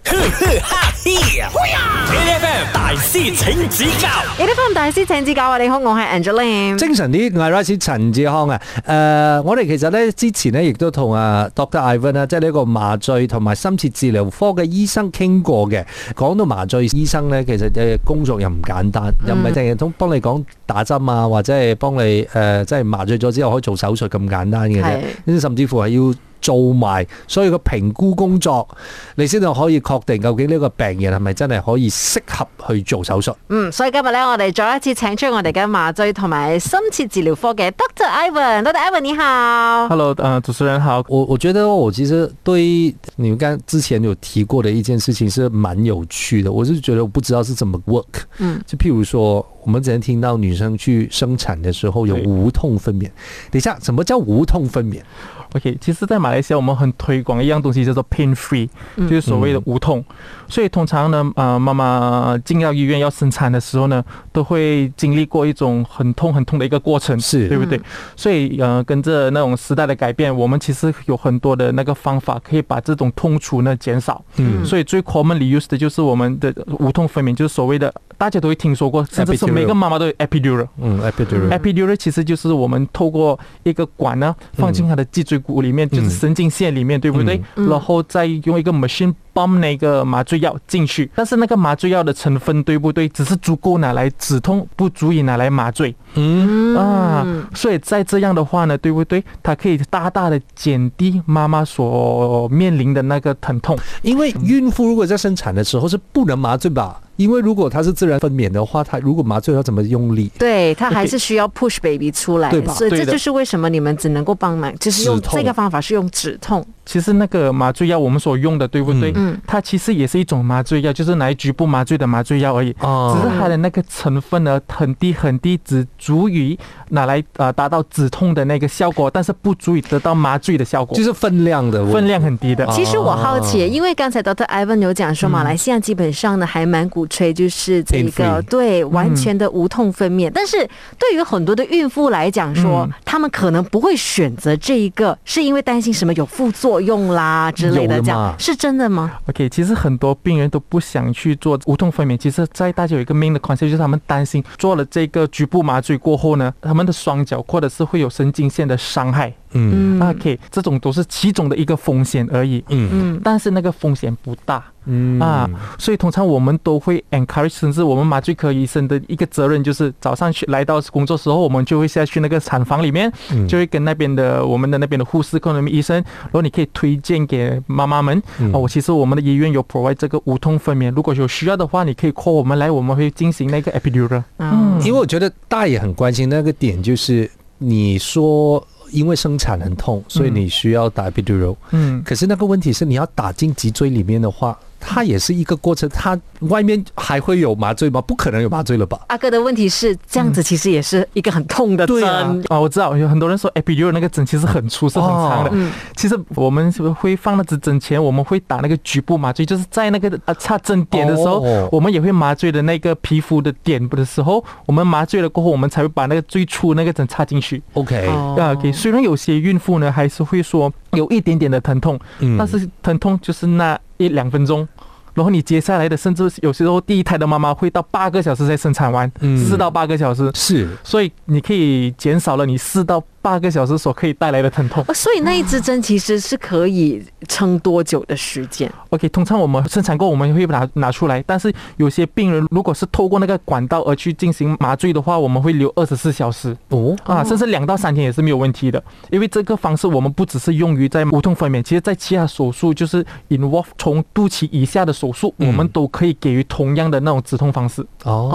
，8FM 大師請指教 ，8FM 大師請指教啊！你好，我係 Angeline。 精神啲，我係 Rice 陳志康啊。我哋其實咧之前咧亦都同Dr. Ivan 啊，即係呢個麻醉同埋深切治療科嘅醫生傾過嘅。講到麻醉醫生咧，其實嘅工作又唔簡單，又唔係淨係幫你講打針啊，或者係幫你即係麻醉咗之後可以做手術咁簡單嘅啫，甚至乎係要做埋所有嘅評估工作，你先至可以確定究竟呢個病人係咪真係可以適合去做手術。 所以今日咧，我哋再一次請出我哋嘅麻醉同埋深切治療科嘅 Dr. Ivan。Dr. Ivan 你好。 Hello， 主持人好。 我覺得我其實對你們剛之前有提過的一件事情是蠻有趣的，我是覺得我不知道是怎麼 work。就譬如說，我們之前聽到女生去生產的時候有無痛分娩，等一下，什麼叫無痛分娩 ？OK， 其實在馬來西亞我們很推廣一樣東西叫做 pain free， 就是所謂的無痛。所以通常呢，媽媽進到醫院要生產的時候呢，都會經歷過一種很痛的一個過程，是對不對？所以跟着那種時代的改變，我們其實有很多的那個方法可以把這種痛楚呢減少。所以最 commonly used 的就是我們的無痛分娩，就是所謂的大家都會聽說過，甚至是每個媽媽都有 epidural。epidural 其實就是我們透過一個管呢放進她的脊椎骨裡面，就是神經線裡面，對不對？然後再用一個 machine pump 那個麻醉藥進去，但是那個麻醉藥的成分，對不對？只是足夠拿來止痛，不足以拿來麻醉。所以在這樣的話呢，對不對？它可以大大的減低媽媽所面臨的那個疼痛。 因為孕婦如果在生產的時候是不能麻醉吧？因為如果它是自然分娩的話，它如果麻醉要怎麼用力？ 對，它還是需要 push baby 出來，對吧？所以這就是為什麼你們只能夠幫忙，就是用這個方法是用止痛。 其實那個麻醉藥我們所用的，對不對？它其實也是一種麻醉藥，就是拿來局部麻醉的麻醉藥而已。只是它的那個成分呢很低很低，只足以拿來達到止痛的那個效果，但是不足以得到麻醉的效果。 就是分量很低的。 其實我好奇，因為剛才 Dr. Ivan 有講說，馬來西亞基本上呢還蠻鼓吹就是這個對完全的無痛分娩，但是對於很多的孕婦來講說，他們可能不會選擇這一個，是因為擔心什麼有副作用啦之類的，這樣是真的嗎 ？OK， 其實很多病人都不想去做無痛分娩，其實在大家有一個 main 的 concept， 就是他們擔心做了這個局部麻醉過後呢，他們的雙腳或者是會有神經線的傷害。OK， 這種都是其中的一個風險而已。但是那個風險不大。所以通常我們都會 encourage， 甚至我們麻醉科醫生的一個責任就是早上去來到工作時候，我們就會下去那個產房裡面，就會跟那邊的我們的那邊的護士跟那邊醫生，然後你可以推薦給媽媽們。其實我們的醫院有 provide 這個無痛分娩，如果有需要的話，你可以 call 我們來，我們會進行那個 epidural。 因為我覺得大家也很關心那個點，就是你說因為生產很痛，所以你需要打 epidural。可是那個問題是，你要打進脊椎裡面的話，它也是一個過程，它外面還會有麻醉嗎？不可能有麻醉了吧？ 阿哥的問題是，這樣子其實也是一個很痛的針。 我知道有很多人說 epidural 那個針其實很粗，是很長的。其實我們會放那支針前，我們會打那個局部麻醉，就是在那個插針點的時候，我們也會麻醉的那個皮膚的點的時候，我們麻醉了過後，我們才會把那個最粗那個針插進去。 OK， 雖然有些孕婦呢，還是會說有一點點的疼痛，但是疼痛就是那1-2分鐘。然後你接下來的，甚至有時候第一胎的媽媽會到8個小時才生產完，4到8個小時， 是， 所以你可以減少了你4到8個小時所可以帶來的疼痛。 所以那一支針其實是可以撐多久的時間 ？OK， 通常我們生產過我們會拿出來，但是有些病人如果是透過那個管道而去進行麻醉的話，我們會留24小時。甚至2到3天也是沒有問題的，因為這個方式我們不只是用於在無痛分娩，其實在其他手術就是 involve 從肚臍以下的手術，我們都可以給予同樣的那種止痛方式。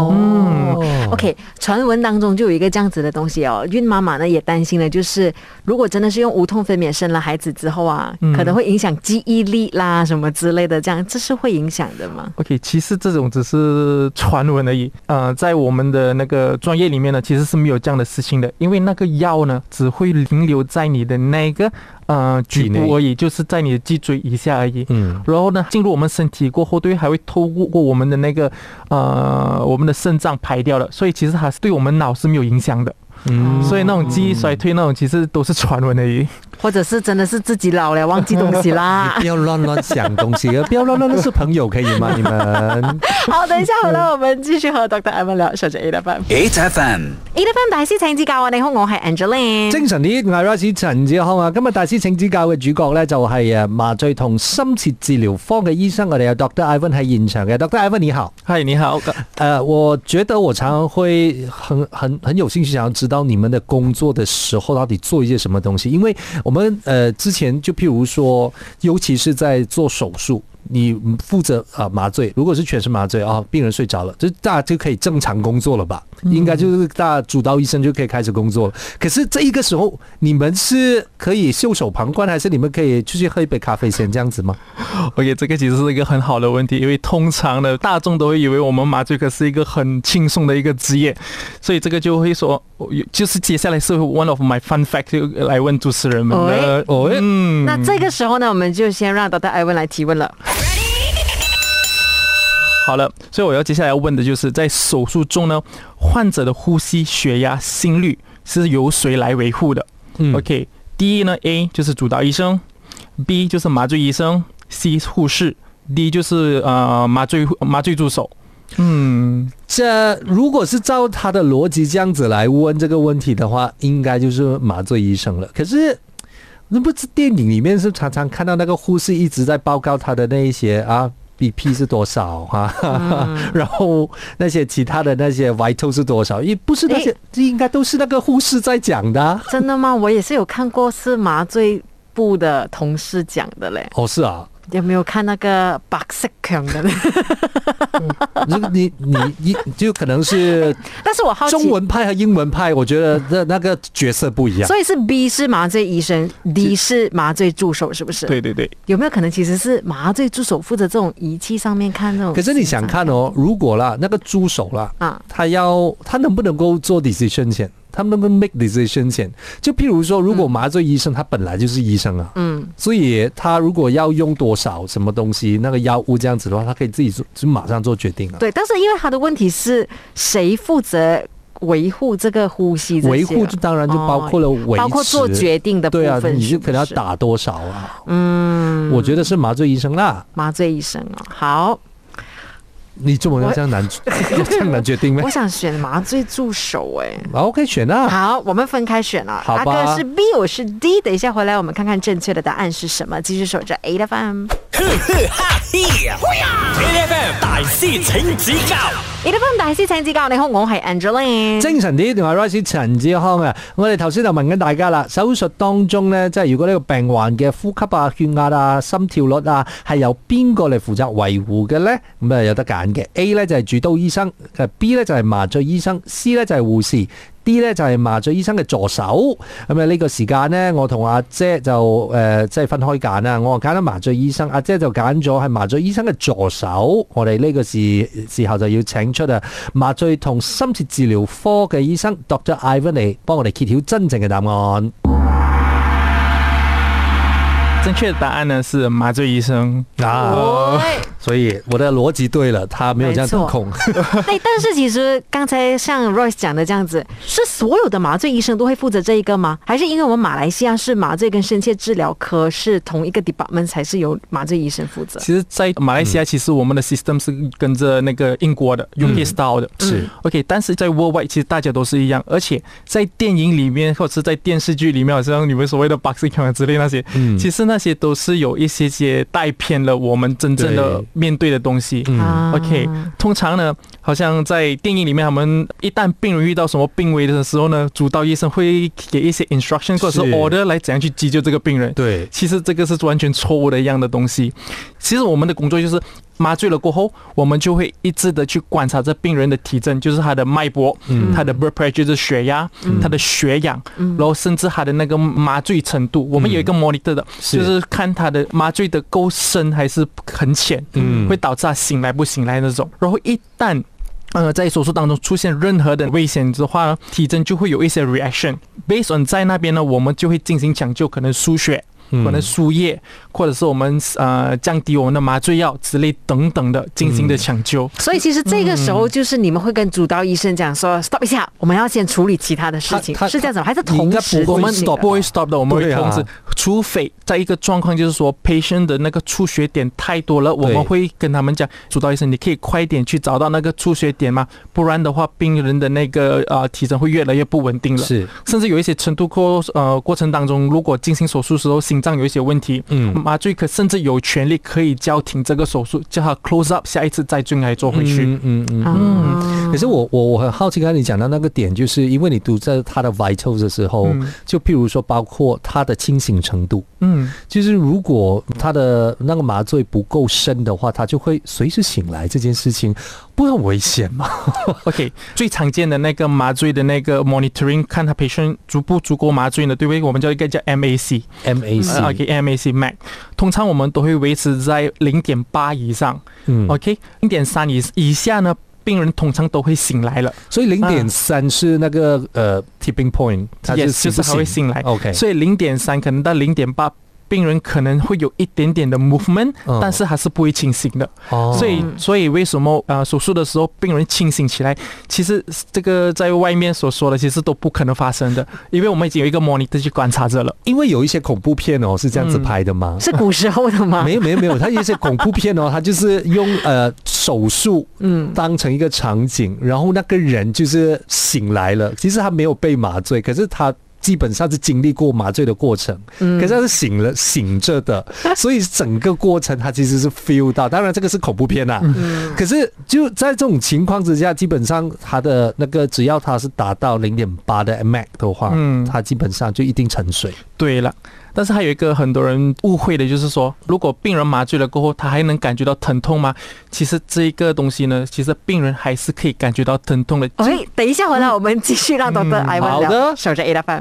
OK， 傳聞當中就有一個這樣子的東西哦，孕媽媽呢也擔心呢，就是如果真的是用無痛分娩生了孩子之後啊，可能會影響記憶力啦什麼之類的，這樣這是會影響的嗎 ？OK， 其實這種只是傳聞而已。在我們的那個專業裡面呢，其實是沒有這樣的事情的，因為那個藥呢只會停留在你的那個局部而已，就是在你的脊椎以下而已。然後呢，進入我們身體過後，對，還會透過我們的那個我們的腎臟排掉了，所以其實還是對我們腦是沒有影響的。 所以那种记忆衰退那种其实都是传闻而已。 或者是真的是自己老了忘记东西啦。 你不要乱想东西，不要乱认识朋友，可以吗？你们好，等一下回來我們繼續和 Dr. Ivan 聊。守着 8FM。8FM 大師請指教啊！你好，我係 Angeline。 精神啲，我係 Royce 陳志康啊。今日大師請指教嘅主角咧就係麻醉同深切治療科嘅醫生，我哋有 Dr. Ivan 喺現場嘅。Dr. Ivan 你好， 嗨，你好。 我覺得我常常會很有興趣，想要知道你們的工作的時候到底做一些什麼東西，因為我們之前就譬如說，尤其是在做手術。你負責麻醉，如果是全身麻醉病人睡着了，就大家就可以正常工作了吧？應該就是大家主刀醫生就可以開始工作了。可是這一個時候，你們是可以袖手旁觀，還是你們可以出去喝一杯咖啡先這樣子嗎？ OK， 這個其實是一個很好的問題，因為通常呢，大眾都會以為我們麻醉科是一個很輕鬆的一個職業，所以這個就會說，就是接下來是 one of my fun fact 就來問主持人們了。 那這個時候呢，我們就先讓 Dr. Ivan 來提問了。 好了，所以我要接下來要問的就是在手術中呢，患者的呼吸、血壓、心率是由誰來維護的？OK， 第一呢 A 就是主刀醫生， B 就是麻醉醫生， C 護士， D 就是麻醉助手。 這如果是照他的邏輯這樣子來問這個問題的話，應該就是麻醉醫生了。可是那不是電影裡面是常常看到那個護士一直在報告他的那一些BP 是多少然後那些其他的那些 vital 是多少，也不是那些，應該都是那個護士在講的。真的嗎？我也是有看過是麻醉部的同事講的嘞。 哦，是啊。 有沒有看那個白色強的呢？ 你就可能是， 但是我好奇中文派和英文派，我覺得那個角色不一樣。 所以是 B 是麻醉醫生，D 是麻醉助手，是不是？ 對對對。有沒有可能其實是麻醉助手負責這種儀器上面看這種？ 可是你想看哦，如果啦，那個助手啦，他能不能夠做 decision 先？他們能不能 make decision 先？就譬如說，如果麻醉醫生他本來就是醫生所以他如果要用多少什麼東西，那個藥物這樣子的話，他可以自己就馬上做決定啊。 對，但是因為他的問題是誰負責維護這個呼吸？ 維護就當然就包括了維持， 包括做決定的部分。 對啊，你就可能要打多少啊？我覺得是麻醉醫生啦。 麻醉醫生好。 你做乜要這樣難決定咩？ 我想選麻醉助手 OK 選啊。 好，我們分開選了。阿哥是 B， 我是 D。等一下回來，我們看看正確的答案是什麼。繼續守着 8FM。 8FM 大師請指教。 8FM 大師請指教。你好，我係 Angeline。 精神啲，同埋 Royce 陳志康啊。我哋頭先就問緊大家啦，手術當中呢，即係如果呢個病患嘅呼吸啊、血壓啊、心跳率啊，係由邊個嚟負責維護嘅呢？咁有得揀嘅。A 呢就係主刀醫生，B 呢就係麻醉醫生，C 呢就係護士，D 呢就係麻醉醫生嘅助手。咁呢個時間呢，我同阿姐就即係分開揀啦。我揀咗麻醉醫生，阿姐就揀咗係麻醉醫生嘅助手。我哋呢個時候就要請出麻醉同深切治療科嘅醫生 Dr. Ivan 嚟幫我哋揭曉真正嘅答案。 正確的答案呢是麻醉醫生所以我的邏輯對了，他沒有這樣掌控。 但是其實剛才像 Royce 講的這樣子，是所有的麻醉醫生都會負責這一個嗎？還是因為我們馬來西亞是麻醉跟深切治療科是同一個 department， 才是由麻醉醫生負責？ 其實，在馬來西亞，其實我們的 system 是跟着那個英國的 UK style 的，是 OK。但是在 worldwide，其實大家都是一樣，而且在電影裡面或者是在電視劇裡面，好像你們所謂的 boxing 之類那些，其實那些都是有一些帶偏了我們真正的面對的東西。OK， 通常呢，好像在電影裡面，他們一旦病人遇到什麼病危的時候呢，主刀醫生會給一些 instruction 或者是 order 來怎樣去急救這個病人。對，其實這個是完全錯誤的一樣的東西。其實我們的工作就是麻醉了過後，我們就會一直的去觀察這病人的體徵，就是他的脈搏，他的 blood pressure 就是血壓，他的血氧，然後甚至他的那個麻醉程度，我們有一個 monitor 的，就是看他的麻醉的夠深還是很淺，會導致他醒來不醒來那種。然後一旦在手術當中出現任何的危險的話，體徵就會有一些 reaction。Based on 在那邊呢，我們就會進行搶救，可能輸血。 可能输液，或者是我们降低我们的麻醉药之类等等的进行的抢救。 所以其实这个时候就是你们会跟主刀医生讲说 stop 一下，我们要先处理其他的事情，是这样子吗？还是同时我们不会 stop 的，我们会通知，除非在一个状况就是说 patient 的那个出血点太多了，我们会跟他们讲，主刀医生你可以快点去找到那个出血点吗？不然的话病人的那个体征会越来越不稳定了， 是， 甚至有一些程度过程当中，如果进行手术的时候心脏有一些问题，麻醉科甚至有权利可以叫停这个手术，叫他 close up， 下一次再进来做回去。 可是我很好奇，刚才你讲到那个点，就是因为你读在他的 vitals 的时候，就譬如说包括他的清醒程度，就是如果他的那个麻醉不够深的话，他就会随时醒来，这件事情不很危险吗 ？OK， 最常见的那个麻醉的那个 monitoring， 看他 patient 足不足够麻醉呢，对不对？我们叫一个叫 MAC，OK，MAC Mac， 通常我们都会维持在 0.8 以上，OK， 0.3 以下呢，病人通常都会醒来了。 所以 0.3 是那个tipping point， 它就是他会醒来。 OK， 所以 0.3 可能到 0.8。病人可能会有一点点的 movement，但是还是不会清醒的。所以为什么手术的时候病人清醒起来，其实这个在外面所说的其实都不可能发生的，因为我们已经有一个 monitor 去观察着了。 因为有一些恐怖片是这样子拍的吗？ 是古时候的吗？ 没有，它有一些恐怖片它就是用手术当成一个场景，然后那个人就是醒来了，其实他没有被麻醉，可是他基本上是经历过麻醉的过程，可是他是醒着的，所以整个过程他其实是 feel 到。当然这个是恐怖片啦，可是就在这种情况之下，基本上他的那个只要他是达到 0.8 的 Mac 的话，他基本上就一定沉睡。 对了。但是还有一个很多人误会的就是说，如果病人麻醉了过后，他还能感觉到疼痛吗？其实这个东西呢，其实病人还是可以感觉到疼痛的。 等一下回来我们继續讓 Dr. Ivan 聊。 好的， 守着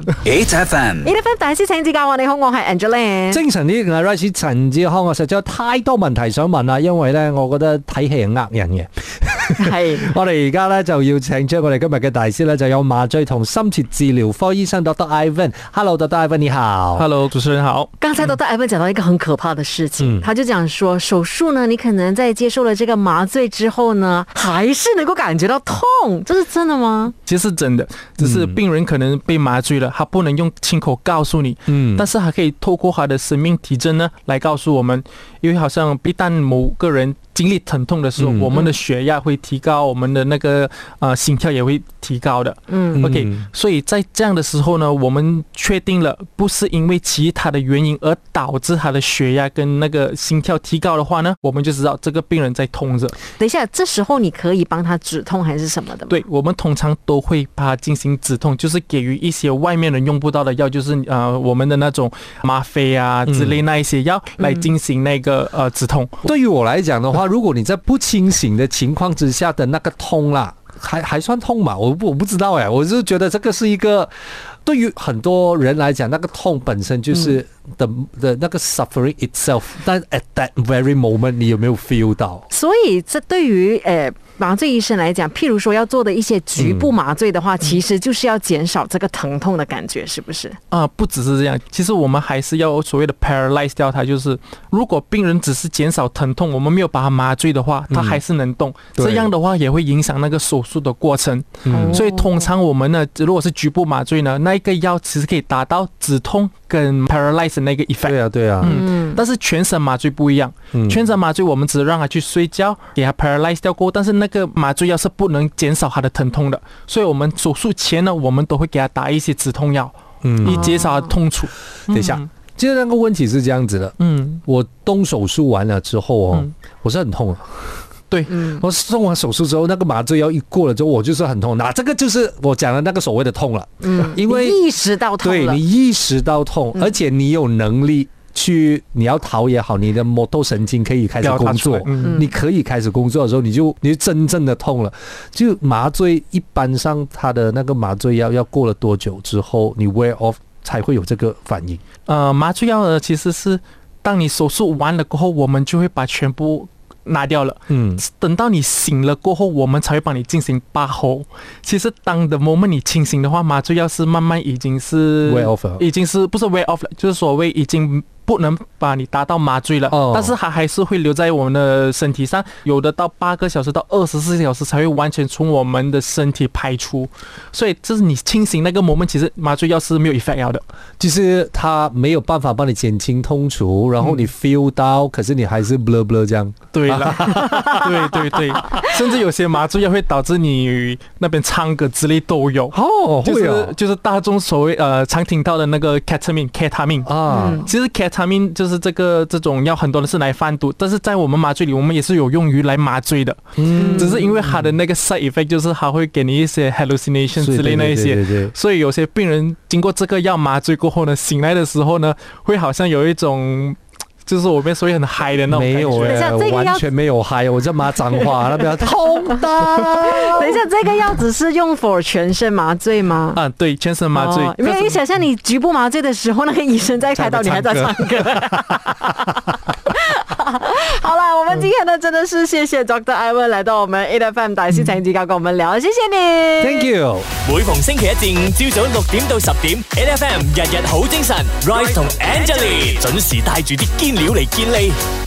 8FM。 8FM 大師請指教，你好，我係 Angeline。 精神啲嘅 Rice 陳志康，我實在有太多問題想問啦，因為咧，我覺得睇戲係呃人嘅。 係， 我哋而家咧就要請出我哋今日嘅大師咧，就有麻醉同深切治療科醫生 Dr. Ivan。Hello，Dr. Ivan 你好。 Hello， 主持人好。 剛才 Dr. Ivan 講到一個很可怕的事情，他就講說手術呢，你可能在接受了這個麻醉之後呢，還是能夠感覺到痛，這是真的嗎？ 其實是真的，只是病人可能被麻醉了，他不能用親口告訴你，但是還可以透過他的生命體徵呢，來告訴我們，因為好像一旦某個人經歷疼痛的時候，我們的血壓會提高，我們的那個心跳也會提高的。OK， 所以在這樣的時候呢，我們確定了不是因為其他的原因而導致他的血壓跟那個心跳提高的話呢，我們就知道這個病人在痛着。 等一下，這時候你可以幫他止痛還是什麼的嗎？ 對，我們通常都會幫他進行止痛，就是給予一些外面人用不到的藥，就是我們的那種嗎啡啊之類那一些藥來進行那個止痛。 對於我來講的話，如果你在不清醒的情況之下的那個痛啦，還算痛嘛？我不知道我就覺得這個是一個對於很多人來講，那個痛本身就是的那個 suffering itself，但 at that very moment 你有沒有 feel 到？ 所以這對於麻醉醫生來講，譬如說要做的一些局部麻醉的話，其實就是要減少這個疼痛的感覺，是不是？ 不只是這樣，其實我們還是要所謂的 paralyze 掉它，就是如果病人只是減少疼痛，我們沒有把它麻醉的話，它還是能動，這樣的話也會影響那個手術的過程。所以通常我們呢，如果是局部麻醉呢，那一個藥其實可以達到止痛跟 paralyze 的那個 effect。 對啊。 但是全身麻醉不一樣，全身麻醉我們只讓他去睡覺，給他 paralyze 掉過，但是那個麻醉藥是不能減少他的疼痛的，所以我們手術前呢，我們都會給他打一些止痛藥，以減少他的痛楚。 等一下，其實那個問題是這樣子的，我動手術完了之後我是很痛的。 對， 我送完手術之後，那個麻醉藥一過了之後，我就是很痛。那這個就是我講的那個所謂的痛了，因為你意識到痛了， 對，你意識到痛，而且你有能力去，你要逃也好，你的摩托神經可以開始工作，你可以開始工作的時候，你就真正的痛了。就麻醉一般上，它的那個麻醉藥要過了多久之後，你 wear off 才會有這個反應？ 麻醉藥呢，其實是當你手術完了過後，我們就會把全部拿掉了，等到你醒了過後，我們才會幫你進行拔喉。其實當的 moment 你清醒的話，麻醉藥是慢慢已經是 wear off 了， 已經是不是 wear off 了，就是所謂已經不能把你达到麻醉了，但是它还是会留在我们的身体上，有的到8个小时到24小时才会完全从我们的身体排出，所以这是你清醒那个 moment， 其实麻醉药是没有 effect 的， 就是它没有办法帮你减轻痛楚，然后你 feel 到，可是你还是 blur blur 这样。 对了，对，甚至有些麻醉药会导致你那边唱歌之类都有。就是大众所谓常听到的那个 ketamine 啊，其实 ketamine 就是这种药，很多人是来贩毒，但是在我们麻醉里，我们也是有用于来麻醉的。只是因为它的那个 side effect 就是它会给你一些 hallucination 之类那一些，对，所以有些病人经过这个药麻醉过后呢，醒来的时候呢，会好像有一种。就是我们所谓很嗨的那种感觉， 没有完全没有嗨，我这骂脏话，那边痛的。 等一下，这个药只是用 for 全身麻醉吗？ 对，全身麻醉。 没有，你想象你局部麻醉的时候，那个医生在开刀，你还在唱歌。好了，我们今天呢真的是谢谢 Dr. Ivan 来到我们 8FM 大師請指教跟我們聊，謝謝你 ，Thank you。 每逢星期一至五朝早6點到10點 ，8FM 日日好精神 ，Rise 同 Angelie 準時帶住啲堅料嚟健利。